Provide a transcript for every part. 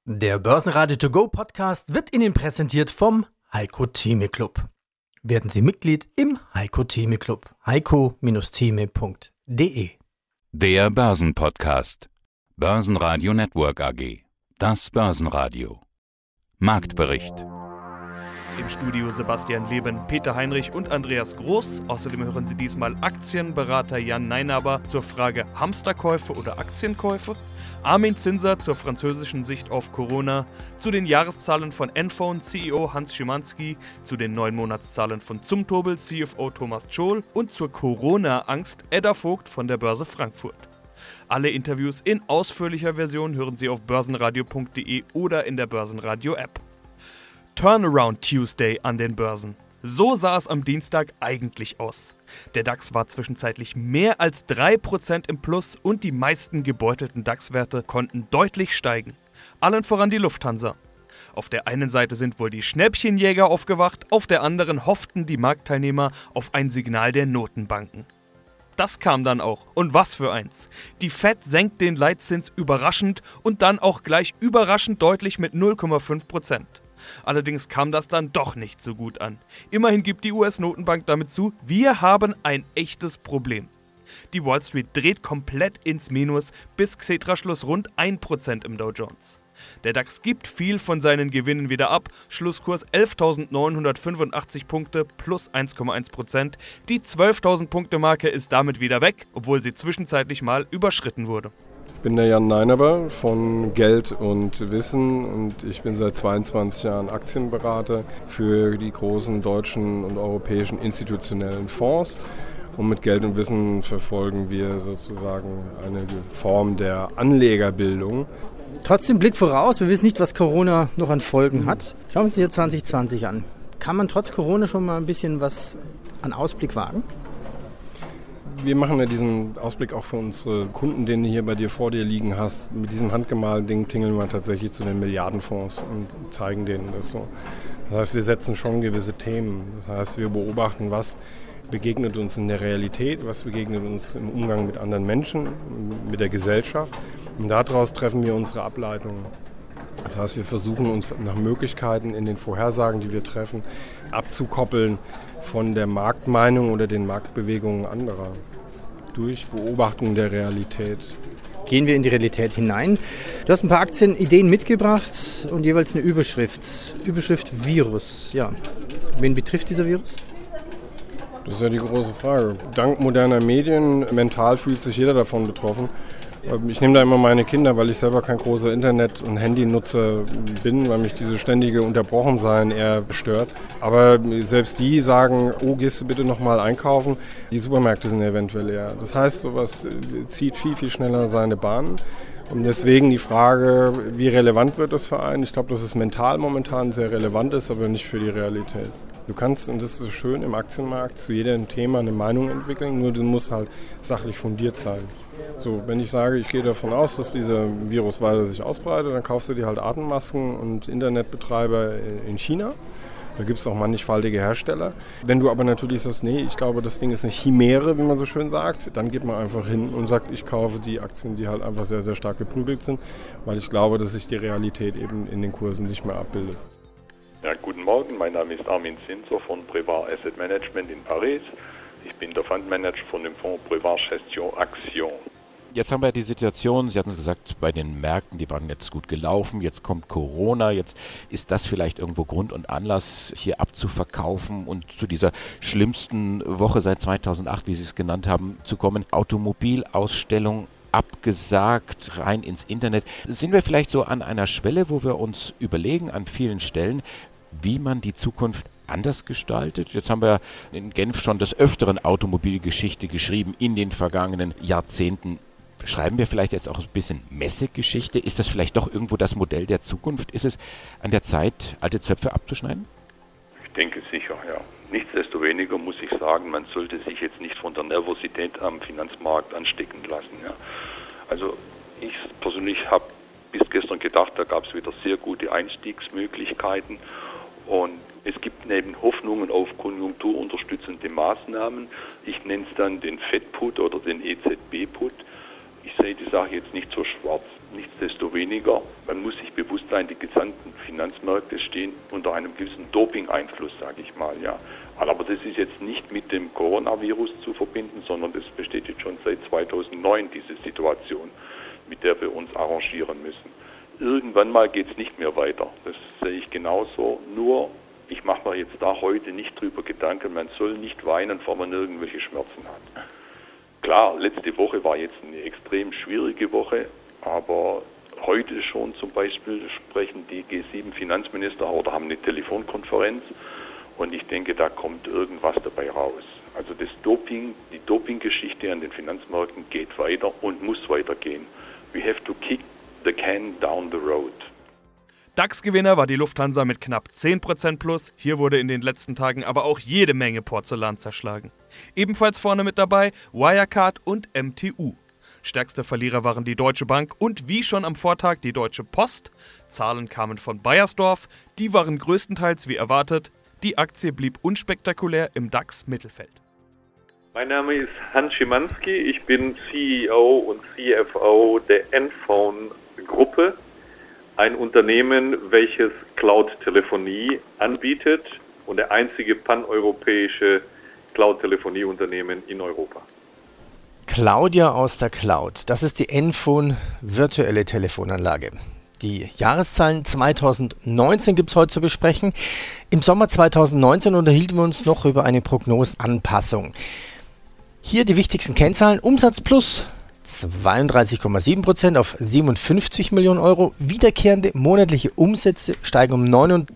Der Börsenradio To Go Podcast wird Ihnen präsentiert vom Heiko Theme Club. Werden Sie Mitglied im Heiko Theme Club. heiko-theme.de. Der Börsenpodcast. Börsenradio Network AG. Das Börsenradio. Marktbericht. Im Studio Sebastian Leben, Peter Heinrich und Andreas Groß. Außerdem hören Sie diesmal Aktienberater Jan Neinaber zur Frage Hamsterkäufe oder Aktienkäufe. Armin Zinser zur französischen Sicht auf Corona, zu den Jahreszahlen von Enphone CEO Hans Schimanski, zu den 9 Monatszahlen von Zumtobel CFO Thomas Tschol und zur Corona-Angst Edda Vogt von der Börse Frankfurt. Alle Interviews in ausführlicher Version hören Sie auf börsenradio.de oder in der Börsenradio-App. Turnaround Tuesday an den Börsen. So sah es am Dienstag eigentlich aus. Der DAX war zwischenzeitlich mehr als 3% im Plus und die meisten gebeutelten DAX-Werte konnten deutlich steigen. Allen voran die Lufthansa. Auf der einen Seite sind wohl die Schnäppchenjäger aufgewacht, auf der anderen hofften die Marktteilnehmer auf ein Signal der Notenbanken. Das kam dann auch. Und was für eins. Die Fed senkt den Leitzins überraschend und dann auch gleich überraschend deutlich mit 0,5%. Allerdings kam das dann doch nicht so gut an. Immerhin gibt die US-Notenbank damit zu, wir haben ein echtes Problem. Die Wall Street dreht komplett ins Minus, bis Xetra-Schluss rund 1% im Dow Jones. Der DAX gibt viel von seinen Gewinnen wieder ab, Schlusskurs 11.985 Punkte plus 1,1%. Die 12.000 Punkte Marke ist damit wieder weg, obwohl sie zwischenzeitlich mal überschritten wurde. Ich bin der Jan Neinaber von Geld und Wissen und ich bin seit 22 Jahren Aktienberater für die großen deutschen und europäischen institutionellen Fonds. Und mit Geld und Wissen verfolgen wir sozusagen eine Form der Anlegerbildung. Trotzdem Blick voraus, wir wissen nicht, was Corona noch an Folgen hat. Schauen wir uns hier 2020 an. Kann man trotz Corona schon mal ein bisschen was an Ausblick wagen? Wir machen ja diesen Ausblick auch für unsere Kunden, den du hier bei dir vor dir liegen hast. Mit diesem handgemalten Ding tingeln wir tatsächlich zu den Milliardenfonds und zeigen denen das so. Das heißt, wir setzen schon gewisse Themen. Das heißt, wir beobachten, was begegnet uns in der Realität, was begegnet uns im Umgang mit anderen Menschen, mit der Gesellschaft. Und daraus treffen wir unsere Ableitungen. Das heißt, wir versuchen uns nach Möglichkeiten in den Vorhersagen, die wir treffen, abzukoppeln von der Marktmeinung oder den Marktbewegungen anderer durch Beobachtung der Realität. Gehen wir in die Realität hinein. Du hast ein paar Aktienideen mitgebracht und jeweils eine Überschrift. Überschrift Virus. Ja. Wen betrifft dieser Virus? Das ist ja die große Frage. Dank moderner Medien, mental fühlt sich jeder davon betroffen. Ich nehme da immer meine Kinder, weil ich selber kein großer Internet- und Handynutzer bin, weil mich diese ständige Unterbrochensein eher stört. Aber selbst die sagen, oh, gehst du bitte nochmal einkaufen? Die Supermärkte sind eventuell leer. Das heißt, sowas zieht viel, viel schneller seine Bahn. Und deswegen die Frage, wie relevant wird das für einen? Ich glaube, dass es mental momentan sehr relevant ist, aber nicht für die Realität. Du kannst, und das ist schön, im Aktienmarkt zu jedem Thema eine Meinung entwickeln, nur du musst halt sachlich fundiert sein. So, wenn ich sage, ich gehe davon aus, dass dieser Virus weiter sich ausbreitet, dann kaufst du dir halt Atemmasken und Internetbetreiber in China. Da gibt es auch mannigfaltige Hersteller. Wenn du aber natürlich sagst, nee, ich glaube, das Ding ist eine Chimäre, wie man so schön sagt, dann geht man einfach hin und sagt, ich kaufe die Aktien, die halt einfach sehr, sehr stark geprügelt sind, weil ich glaube, dass sich die Realität eben in den Kursen nicht mehr abbildet. Ja, guten Morgen, mein Name ist Armin Zinser von Prévart Asset Management in Paris. Ich bin der Fundmanager von dem Fonds Prévart Gestion Action. Jetzt haben wir die Situation, Sie hatten es gesagt, bei den Märkten, die waren jetzt gut gelaufen, jetzt kommt Corona, jetzt ist das vielleicht irgendwo Grund und Anlass, hier abzuverkaufen und zu dieser schlimmsten Woche seit 2008, wie Sie es genannt haben, zu kommen. Automobilausstellung abgesagt, rein ins Internet. Sind wir vielleicht so an einer Schwelle, wo wir uns überlegen, an vielen Stellen, wie man die Zukunft anders gestaltet? Jetzt haben wir in Genf schon des Öfteren Automobilgeschichte geschrieben in den vergangenen Jahrzehnten. Schreiben wir vielleicht jetzt auch ein bisschen Messegeschichte? Ist das vielleicht doch irgendwo das Modell der Zukunft? Ist es an der Zeit, alte Zöpfe abzuschneiden? Ich denke sicher, ja. Nichtsdestoweniger muss ich sagen, man sollte sich jetzt nicht von der Nervosität am Finanzmarkt anstecken lassen. Ja. Also ich persönlich habe bis gestern gedacht, da gab es wieder sehr gute Einstiegsmöglichkeiten und es gibt neben Hoffnungen auf konjunkturunterstützende Maßnahmen, ich nenne es dann den Fed-Put oder den EZB-Put. Ich sehe die Sache jetzt nicht so schwarz. Nichtsdestoweniger, man muss sich bewusst sein, die gesamten Finanzmärkte stehen unter einem gewissen Doping-Einfluss, sage ich mal, ja. Aber das ist jetzt nicht mit dem Coronavirus zu verbinden, sondern das besteht jetzt schon seit 2009, diese Situation, mit der wir uns arrangieren müssen. Irgendwann mal geht es nicht mehr weiter. Das sehe ich genauso. Nur, ich mache mir jetzt da heute nicht drüber Gedanken, man soll nicht weinen, bevor man irgendwelche Schmerzen hat. Klar, letzte Woche war jetzt eine extrem schwierige Woche, aber heute schon zum Beispiel sprechen die G7-Finanzminister oder haben eine Telefonkonferenz und ich denke, da kommt irgendwas dabei raus. Also das Doping, die Doping-Geschichte an den Finanzmärkten geht weiter und muss weitergehen. We have to kick the can down the road. DAX-Gewinner war die Lufthansa mit knapp 10% plus. Hier wurde in den letzten Tagen aber auch jede Menge Porzellan zerschlagen. Ebenfalls vorne mit dabei Wirecard und MTU. Stärkste Verlierer waren die Deutsche Bank und wie schon am Vortag die Deutsche Post. Zahlen kamen von Beiersdorf, die waren größtenteils wie erwartet. Die Aktie blieb unspektakulär im DAX-Mittelfeld. Mein Name ist Hans Schimanski, ich bin CEO und CFO der Enphone-Gruppe, ein Unternehmen, welches Cloud-Telefonie anbietet und der einzige paneuropäische Cloud-Telefonie-Unternehmen in Europa. Claudia aus der Cloud, das ist die Enphone virtuelle Telefonanlage. Die Jahreszahlen 2019 gibt es heute zu besprechen. Im Sommer 2019 unterhielten wir uns noch über eine Prognosenanpassung. Hier die wichtigsten Kennzahlen. Umsatz plus 32,7% auf 57 Millionen Euro. Wiederkehrende monatliche Umsätze steigen um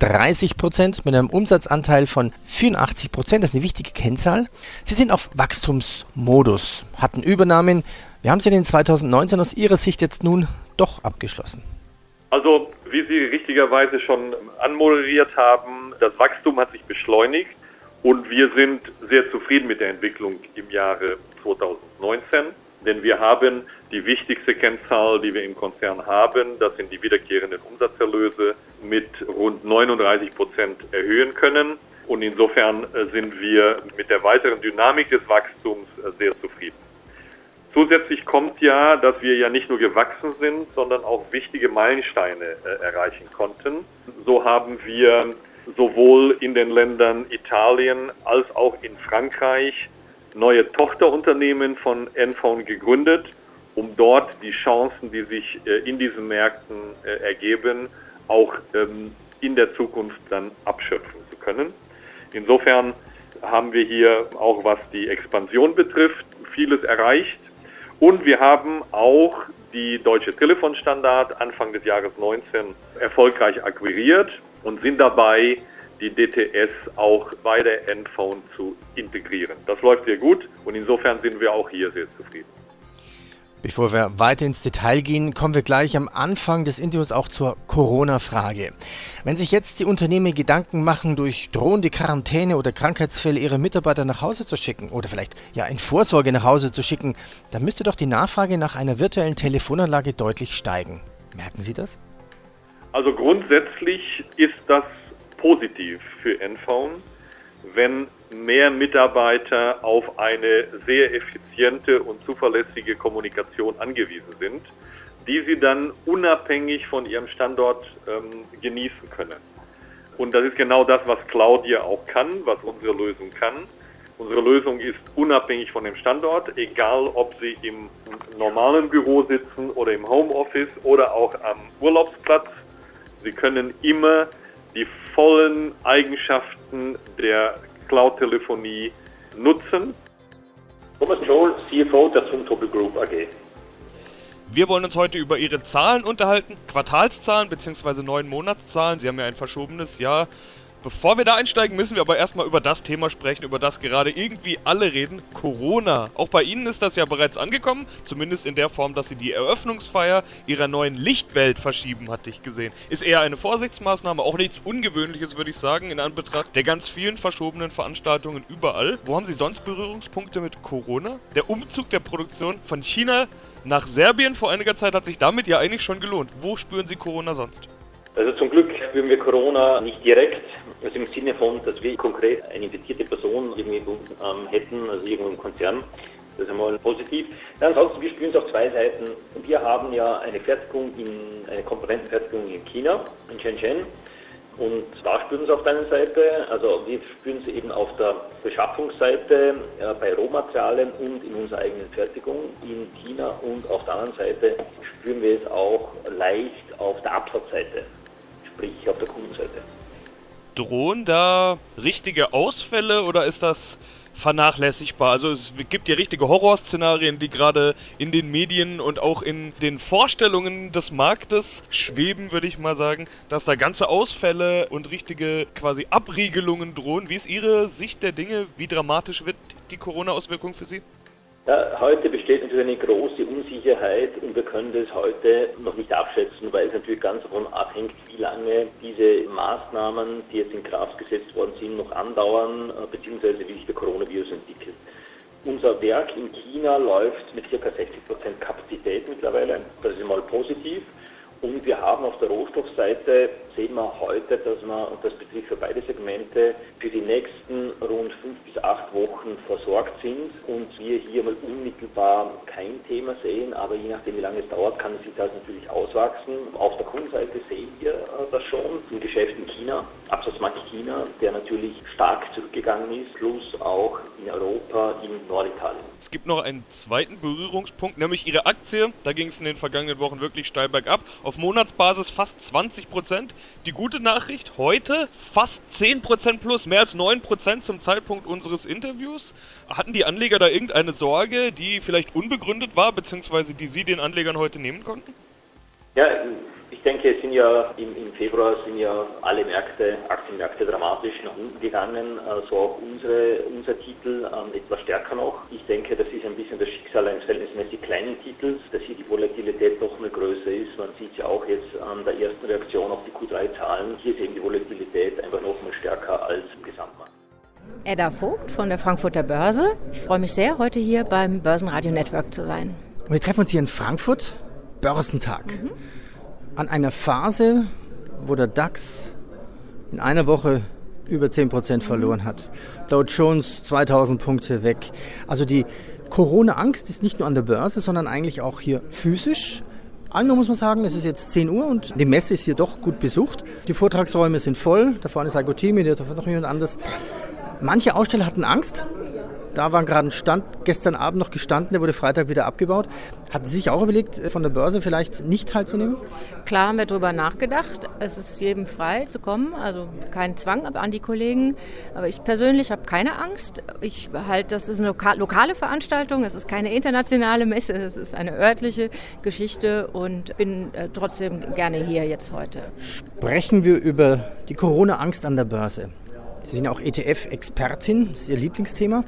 39% mit einem Umsatzanteil von 84%. Das ist eine wichtige Kennzahl. Sie sind auf Wachstumsmodus, hatten Übernahmen. Wie haben Sie den 2019 aus Ihrer Sicht jetzt nun doch abgeschlossen? Also, wie Sie richtigerweise schon anmoderiert haben, das Wachstum hat sich beschleunigt und wir sind sehr zufrieden mit der Entwicklung im Jahre 2019, denn wir haben die wichtigste Kennzahl, die wir im Konzern haben, das sind die wiederkehrenden Umsatzerlöse mit rund 39% erhöhen können und insofern sind wir mit der weiteren Dynamik des Wachstums sehr zufrieden. Zusätzlich kommt ja, dass wir ja nicht nur gewachsen sind, sondern auch wichtige Meilensteine erreichen konnten. So haben wir sowohl in den Ländern Italien als auch in Frankreich neue Tochterunternehmen von Enphone gegründet, um dort die Chancen, die sich in diesen Märkten ergeben, auch in der Zukunft dann abschöpfen zu können. Insofern haben wir hier auch, was die Expansion betrifft, vieles erreicht. Und wir haben auch die Deutsche Telefonstandard Anfang des Jahres 19 erfolgreich akquiriert und sind dabei, die DTS auch bei der Enphone zu integrieren. Das läuft sehr gut und insofern sind wir auch hier sehr zufrieden. Bevor wir weiter ins Detail gehen, kommen wir gleich am Anfang des Interviews auch zur Corona-Frage. Wenn sich jetzt die Unternehmen Gedanken machen, durch drohende Quarantäne oder Krankheitsfälle ihre Mitarbeiter nach Hause zu schicken oder vielleicht ja in Vorsorge nach Hause zu schicken, dann müsste doch die Nachfrage nach einer virtuellen Telefonanlage deutlich steigen. Merken Sie das? Also grundsätzlich ist das positiv für Enphone, wenn mehr Mitarbeiter auf eine sehr effiziente und zuverlässige Kommunikation angewiesen sind, die sie dann unabhängig von ihrem Standort genießen können. Und das ist genau das, was Claudia auch kann, was unsere Lösung kann. Unsere Lösung ist unabhängig von dem Standort, egal ob Sie im normalen Büro sitzen oder im Homeoffice oder auch am Urlaubsplatz. Sie können immer die vollen Eigenschaften der Cloud-Telefonie nutzen. Thomas Joel, CFO der Zumtobel Group AG. Wir wollen uns heute über Ihre Zahlen unterhalten, Quartalszahlen bzw. 9-Monatszahlen. Sie haben ja ein verschobenes Jahr. Bevor wir da einsteigen, müssen wir aber erstmal über das Thema sprechen, über das gerade irgendwie alle reden, Corona. Auch bei Ihnen ist das ja bereits angekommen, zumindest in der Form, dass Sie die Eröffnungsfeier Ihrer neuen Lichtwelt verschieben, hatte ich gesehen. Ist eher eine Vorsichtsmaßnahme, auch nichts Ungewöhnliches, würde ich sagen, in Anbetracht der ganz vielen verschobenen Veranstaltungen überall. Wo haben Sie sonst Berührungspunkte mit Corona? Der Umzug der Produktion von China nach Serbien vor einiger Zeit hat sich damit ja eigentlich schon gelohnt. Wo spüren Sie Corona sonst? Also zum Glück spüren wir Corona nicht direkt, also im Sinne von, dass wir konkret eine infizierte Person irgendwie hätten, also irgendwo im Konzern. Das ist einmal positiv. Ansonsten, wir spüren es auf zwei Seiten. Wir haben ja eine Komponentenfertigung in China, in Shenzhen. Und da spüren wir es auf der einen Seite, also wir spüren es eben auf der Beschaffungsseite bei Rohmaterialien und in unserer eigenen Fertigung in China, und auf der anderen Seite spüren wir es auch leicht auf der Absatzseite, sprich auf der Kundenseite. Drohen da richtige Ausfälle oder ist das vernachlässigbar? Also es gibt ja richtige Horrorszenarien, die gerade in den Medien und auch in den Vorstellungen des Marktes schweben, würde ich mal sagen, dass da ganze Ausfälle und richtige quasi Abriegelungen drohen. Wie ist Ihre Sicht der Dinge? Wie dramatisch wird die Corona-Auswirkung für Sie? Ja, heute besteht natürlich eine große Unsicherheit und wir können das heute noch nicht abschätzen, weil es natürlich ganz davon abhängt, wie lange diese Maßnahmen, die jetzt in Kraft gesetzt worden sind, noch andauern, beziehungsweise wie sich der Coronavirus entwickelt. Unser Werk in China läuft mit ca. 60% Kapazität mittlerweile, das ist mal positiv. Und wir haben auf der Rohstoffseite, sehen wir heute, dass wir, und das betrifft für beide Segmente, für die nächsten rund 5 bis 8 Wochen versorgt sind und wir hier mal unmittelbar kein Thema sehen, aber je nachdem, wie lange es dauert, kann sich das natürlich auswachsen. Auf der Kundenseite sehen wir das schon im Geschäft in China, Absatzmarkt China, der natürlich stark zurückgegangen ist, plus auch in Europa, in Norditalien. Es gibt noch einen zweiten Berührungspunkt, nämlich Ihre Aktie. Da ging es in den vergangenen Wochen wirklich steil bergab. Auf Monatsbasis fast 20%. Die gute Nachricht, heute fast 10% plus, mehr als 9% zum Zeitpunkt unseres Interviews. Hatten die Anleger da irgendeine Sorge, die vielleicht unbegründet war, beziehungsweise die Sie den Anlegern heute nehmen konnten? Ja, ich denke, es sind ja im Februar sind ja alle Aktienmärkte dramatisch nach unten gegangen, so auch unser Titel etwas stärker noch. Ich denke, das ist ein bisschen das Schicksal eines verhältnismäßig kleinen Titels, dass hier die Volatilität noch mal größer ist. Man sieht ja auch jetzt an der ersten Reaktion auf die Q3-Zahlen. Hier ist eben die Volatilität einfach noch mal stärker als im Gesamtmarkt. Edda Vogt von der Frankfurter Börse. Ich freue mich sehr, heute hier beim Börsenradio Network zu sein. Und wir treffen uns hier in Frankfurt, Börsentag. An einer Phase, wo der DAX in einer Woche über 10% verloren hat. Dow Jones 2000 Punkte weg. Also die Corona-Angst ist nicht nur an der Börse, sondern eigentlich auch hier physisch. Einmal muss man sagen, es ist jetzt 10 Uhr und die Messe ist hier doch gut besucht. Die Vortragsräume sind voll. Da vorne ist Agotimi, da ist noch jemand anderes. Manche Aussteller hatten Angst. Da war gerade ein Stand, gestern Abend noch gestanden, der wurde Freitag wieder abgebaut. Hatten Sie sich auch überlegt, von der Börse vielleicht nicht teilzunehmen? Klar haben wir darüber nachgedacht. Es ist jedem frei zu kommen, also kein Zwang an die Kollegen. Aber ich persönlich habe keine Angst. Ich halte, das ist eine lokale Veranstaltung, es ist keine internationale Messe, es ist eine örtliche Geschichte und bin trotzdem gerne hier jetzt heute. Sprechen wir über die Corona-Angst an der Börse. Sie sind auch ETF-Expertin, das ist Ihr Lieblingsthema.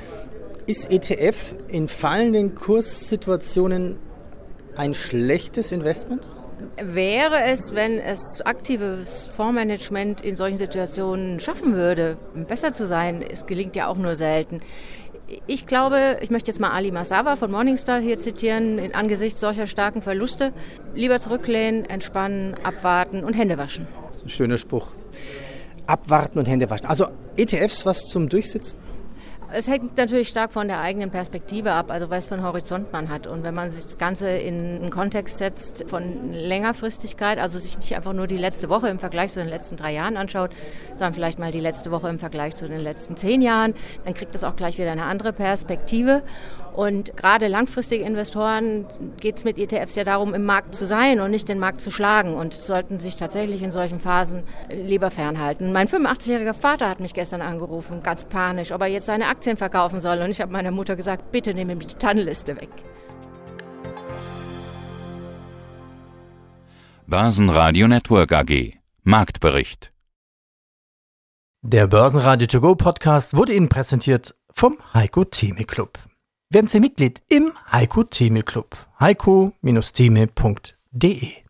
Ist ETF in fallenden Kurssituationen ein schlechtes Investment? Wäre es, wenn es aktives Fondsmanagement in solchen Situationen schaffen würde, besser zu sein. Es gelingt ja auch nur selten. Ich glaube, ich möchte jetzt mal Ali Massawa von Morningstar hier zitieren, angesichts solcher starken Verluste lieber zurücklehnen, entspannen, abwarten und Hände waschen. Ein schöner Spruch. Abwarten und Hände waschen. Also ETFs, was zum Durchsitzen? Es hängt natürlich stark von der eigenen Perspektive ab, also was für einen Horizont man hat. Und wenn man sich das Ganze in einen Kontext setzt von Längerfristigkeit, also sich nicht einfach nur die letzte Woche im Vergleich zu den letzten 3 Jahren anschaut, sondern vielleicht mal die letzte Woche im Vergleich zu den letzten 10 Jahren, dann kriegt das auch gleich wieder eine andere Perspektive. Und gerade langfristige Investoren geht es mit ETFs ja darum, im Markt zu sein und nicht den Markt zu schlagen und sollten sich tatsächlich in solchen Phasen lieber fernhalten. Mein 85-jähriger Vater hat mich gestern angerufen, ganz panisch, ob er jetzt seine Aktien verkaufen soll. Und ich habe meiner Mutter gesagt, bitte nehme mir die Tannenliste weg. Börsenradio Network AG. Marktbericht. Der Börsenradio To Go Podcast wurde Ihnen präsentiert vom Heiko Thieme Club. Werden Sie Mitglied im Heiko Thieme Club. heiko-thieme.de